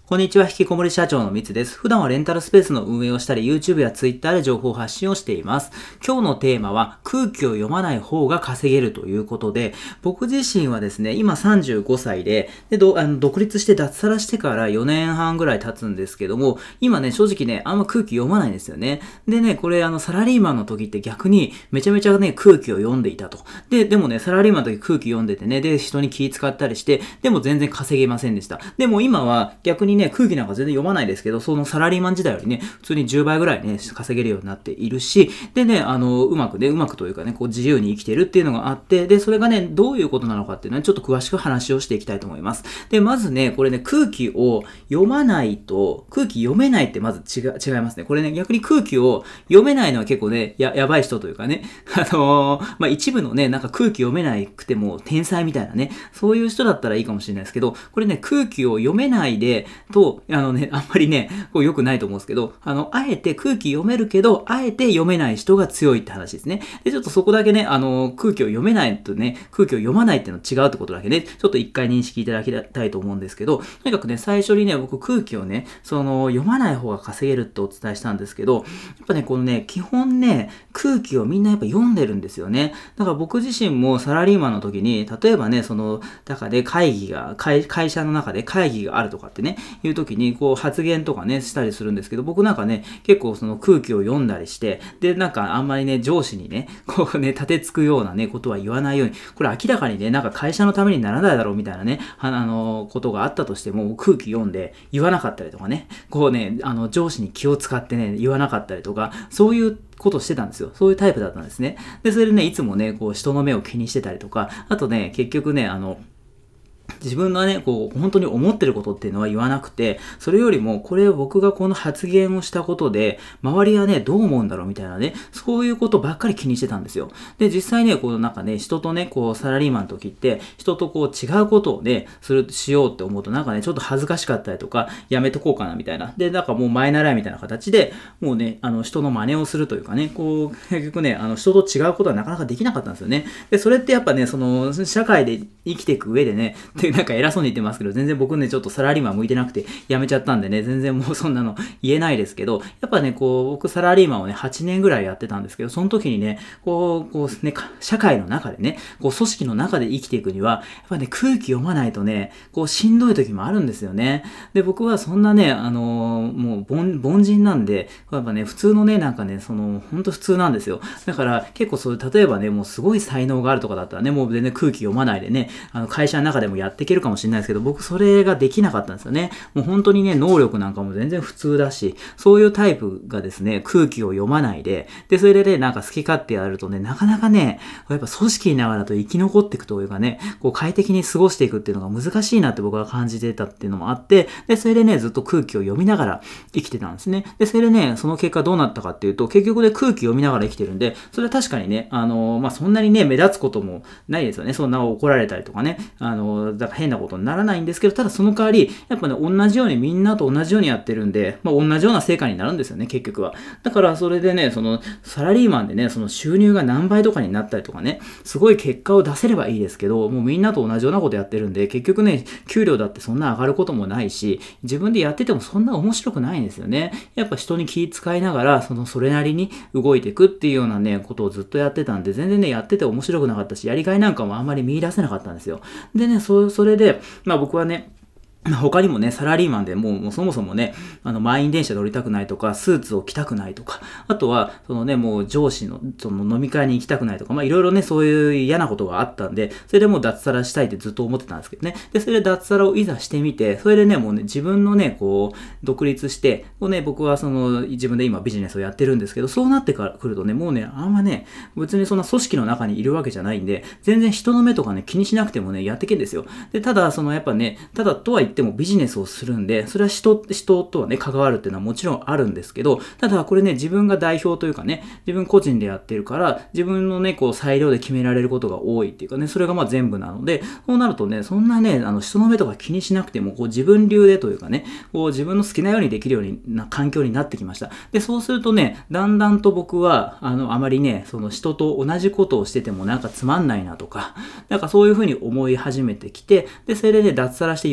こんにちは、引きこもり社長のみつです。普段はレンタルスペースの運営をしたり、YouTube や Twitter で情報発信をしています。今日のテーマは、空気を読まない方が稼げるということで、僕自身はですね、今35歳で、独立して脱サラしてから4年半ぐらい経つんですけども、今ね、正直ね、あんま空気読まないんですよね。でね、これサラリーマンの時って逆にめちゃめちゃね、空気を読んでいたと。でもね、サラリーマンの時空気読んでてね、で、人に気使ったりして、でも全然稼げませんでした。でも今は逆にね、空気なんか全然読まないですけど、そのサラリーマン時代よりね、普通に10倍ぐらいね、稼げるようになっているし、でね、うまくというかね、こう自由に生きてるっていうのがあって、で、それがね、どういうことなのかっていうのはちょっと詳しく話をしていきたいと思います。で、まずね、これね、空気を読まないと、空気読めないってまず違いますね。これね、逆に空気を読めないのは結構ね、やばい人というかね、一部のね、なんか空気読めなくても天才みたいなね、そういう人だったらいいかもしれないですけど、これね、空気を読めないで、あんまりね、こう良くないと思うんですけど、あえて空気読めるけど、あえて読めない人が強いって話ですね。で、ちょっとそこだけね、空気を読めないとね、空気を読まないっていうの違うってことだけね、ちょっと一回認識いただきたいと思うんですけど、とにかくね、最初にね、僕空気をね、読まない方が稼げるってお伝えしたんですけど、やっぱね、このね、基本ね、空気をみんなやっぱ読んでるんですよね。だから僕自身もサラリーマンの時に、例えばね、中で会社の中で会議があるとかってね、いう時にこう発言とかね、したりするんですけど、僕なんかね、結構その空気を読んだりして、で、なんかあんまりね、上司にね、こうね、立てつくようなね、ことは言わないように、これ明らかにね、なんか会社のためにならないだろうみたいなね、ことがあったとしても、空気読んで言わなかったりとかね、こうね、上司に気を使ってね、言わなかったりとか、そういうことをしてたんですよ。そういうタイプだったんですね。で、それでね、いつもね、こう人の目を気にしてたりとか、あとね、結局ね、自分がね、こう、本当に思ってることっていうのは言わなくて、それよりも、これを僕がこの発言をしたことで、周りはね、どう思うんだろうみたいなね、そういうことばっかり気にしてたんですよ。で、実際ね、こうなんかね、人とね、こう、サラリーマンの時って、人とこう、違うことをね、しようって思うと、なんかね、ちょっと恥ずかしかったりとか、やめとこうかなみたいな。で、なんかもう前習いみたいな形で、もうね、人の真似をするというかね、こう、結局ね、人と違うことはなかなかできなかったんですよね。で、それってやっぱね、社会で生きていく上でね、で、なんか偉そうに言ってますけど、全然僕ね、ちょっとサラリーマン向いてなくて辞めちゃったんでね、全然もうそんなの言えないですけど、やっぱね、こう、僕サラリーマンをね、8年ぐらいやってたんですけど、その時にね、こうね、社会の中でね、こう、組織の中で生きていくには、やっぱね、空気読まないとね、こう、しんどい時もあるんですよね。で、僕はそんなね、もう、凡人なんで、やっぱね、普通のね、なんかね、ほんと普通なんですよ。だから、結構例えばね、もうすごい才能があるとかだったらね、もう全然空気読まないでね、会社の中でもやっていけるかもしれないですけど、僕それができなかったんですよね。もう本当にね、能力なんかも全然普通だし、そういうタイプがですね、空気を読まないで、で、それでね、なんか好き勝手やるとね、なかなかね、やっぱ組織にながらと生き残っていくというかね、こう快適に過ごしていくっていうのが難しいなって僕は感じてたっていうのもあって、で、それでね、ずっと空気を読みながら生きてたんですね。で、それでね、その結果どうなったかっていうと、結局ね、空気読みながら生きてるんで、それは確かにね、そんなにね、目立つこともないですよね。そんな怒られたりとかね、だから変なことにならないんですけど、ただその代わり、やっぱね、同じようにみんなと同じようにやってるんで、同じような成果になるんですよね、結局は。だからそれでね、サラリーマンでね、収入が何倍とかになったりとかね、すごい結果を出せればいいですけど、もうみんなと同じようなことやってるんで、結局ね、給料だってそんな上がることもないし、自分でやっててもそんな面白くないんですよね。やっぱ人に気遣いながら、それなりに動いていくっていうようなね、ことをずっとやってたんで、全然ね、やってて面白くなかったし、やりがいなんかもあんまり見出せなかったんですよ。でね、それで、僕はね、他にもね、サラリーマンでもうそもそもね、満員電車乗りたくないとか、スーツを着たくないとか、あとは、もう上司の、飲み会に行きたくないとか、いろいろね、そういう嫌なことがあったんで、それでもう脱サラしたいってずっと思ってたんですけどね。で、それで脱サラをいざしてみて、それでね、もうね、自分のね、こう、独立して、こうね、僕は自分で今ビジネスをやってるんですけど、そうなってから来るとね、もうね、あんまね、別にそんな組織の中にいるわけじゃないんで、全然人の目とかね、気にしなくてもね、やってけんですよ。で、ただ、やっぱね、ただとは言ってもビジネスをするんで、それは人とはね、関わるっていうのはもちろんあるんですけど、ただこれね、自分が代表というかね、自分個人でやってるから、自分のね、こう裁量で決められることが多いっていうかね、それが全部なので、そうなるとね、そんなね、人の目とか気にしなくても、こう自分流でというかね、こう自分の好きなようにできるような環境になってきました。で、そうするとね、だんだんと僕は、あまりね、人と同じことをしててもなんかつまんないなとか、なんかそういうふうに思い始めてきて、で、それでね、脱サラして4年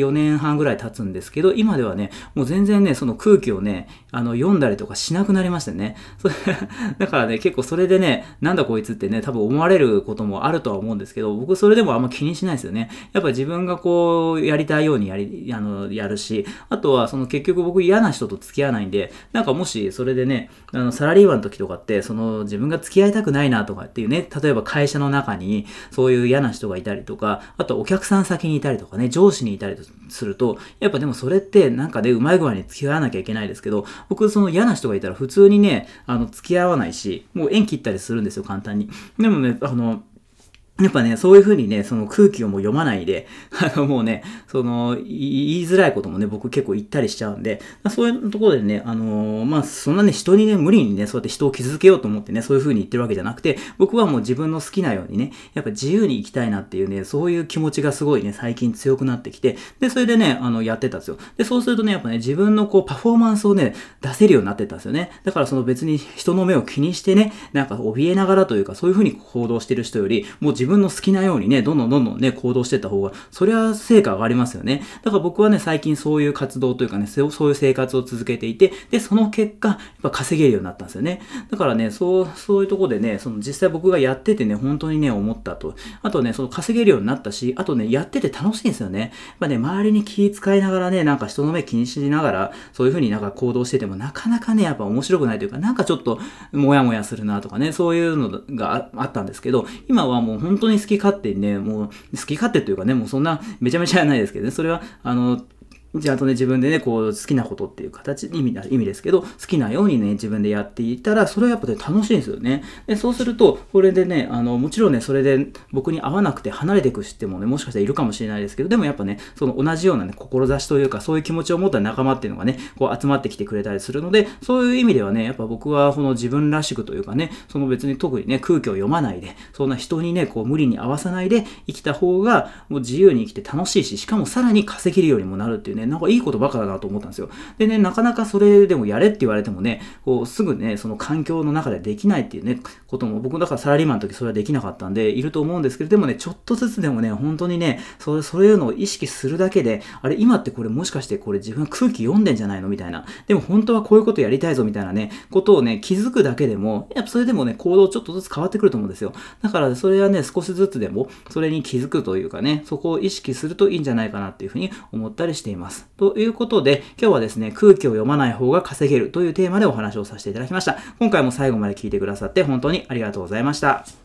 半ぐらい経つんですけど、今ではね、もう全然ね、その空気をね、読んだりとかしなくなりましたね。だからね、結構それでね、なんだこいつってね、多分思われることもあるとは思うんですけど、僕それでもあんま気にしないですよね。やっぱ自分がこう、やりたいようにやるし、あとはその結局僕嫌な人と付き合わないんで、なんかもしそれでね、サラリーマンの時とかって、その自分が付き合いたくないなとかっていうね、例えば会社の中にそういう嫌な人がいたりとか、あとお客さん先にいたりとかね、上司にいたりすると、やっぱでもそれってなんかね、うまい具合に付き合わなきゃいけないですけど、僕その嫌な人がいたら普通にね、付き合わないし、もう縁切ったりするんですよ、簡単に。でもね、やっぱね、そういう風にね、その空気をもう読まないで、もうね、言いづらいこともね、僕結構言ったりしちゃうんで、そういうところでね、そんなね、人にね、無理にね、そうやって人を傷つけようと思ってね、そういう風に言ってるわけじゃなくて、僕はもう自分の好きなようにね、やっぱ自由に生きたいなっていうね、そういう気持ちがすごいね、最近強くなってきて、で、それでね、やってたんですよ。で、そうするとね、やっぱね、自分のこう、パフォーマンスをね、出せるようになってったんですよね。だからその別に人の目を気にしてね、なんか怯えながらというか、そういう風に行動してる人より、もう自分の好きなようにね、どんどんね、行動していった方が、そりゃ成果上がりますよね。だから僕はね、最近そういう活動というかね、そういう生活を続けていて、で、その結果、やっぱ稼げるようになったんですよね。だからね、そういうところでね、実際僕がやっててね、本当にね、思ったと。あとね、稼げるようになったし、あとね、やってて楽しいんですよね。やっぱね、周りに気遣いながらね、なんか人の目気にしながら、そういう風になんか行動してても、なかなかね、やっぱ面白くないというか、なんかちょっと、もやもやするなとかね、そういうのがあったんですけど、今はもう本当に好き勝手にね、もう好き勝手というかね、もうそんなめちゃめちゃじゃないですけどね、それはちゃんとね、自分でね、こう、好きなことっていう意味ですけど、好きなようにね、自分でやっていったら、それはやっぱね、楽しいんですよね。で、そうすると、これでね、もちろんね、それで僕に合わなくて離れていく人もね、もしかしたらいるかもしれないですけど、でもやっぱね、その同じようなね、志というか、そういう気持ちを持った仲間っていうのがね、こう集まってきてくれたりするので、そういう意味ではね、やっぱ僕はこの自分らしくというかね、別に特にね、空気を読まないで、そんな人にね、こう無理に合わさないで生きた方が、もう自由に生きて楽しいし、しかもさらに稼げるようにもなるっていうね、なんかいいことばっかだなと思ったんですよ。でね、なかなかそれでもやれって言われてもね、こうすぐね、その環境の中でできないっていうね、ことも、僕だからサラリーマンの時それはできなかったんで、いると思うんですけど、でもね、ちょっとずつでもね、本当にね、そういうのを意識するだけで、あれ、今ってこれもしかしてこれ自分空気読んでんじゃないのみたいな。でも本当はこういうことやりたいぞみたいなね、ことをね、気づくだけでも、やっぱそれでもね、行動ちょっとずつ変わってくると思うんですよ。だからそれはね、少しずつでも、それに気づくというかね、そこを意識するといいんじゃないかなっていうふうに思ったりしています。ということで、今日はですね、空気を読まない方が稼げるというテーマでお話をさせていただきました。今回も最後まで聞いてくださって本当にありがとうございました。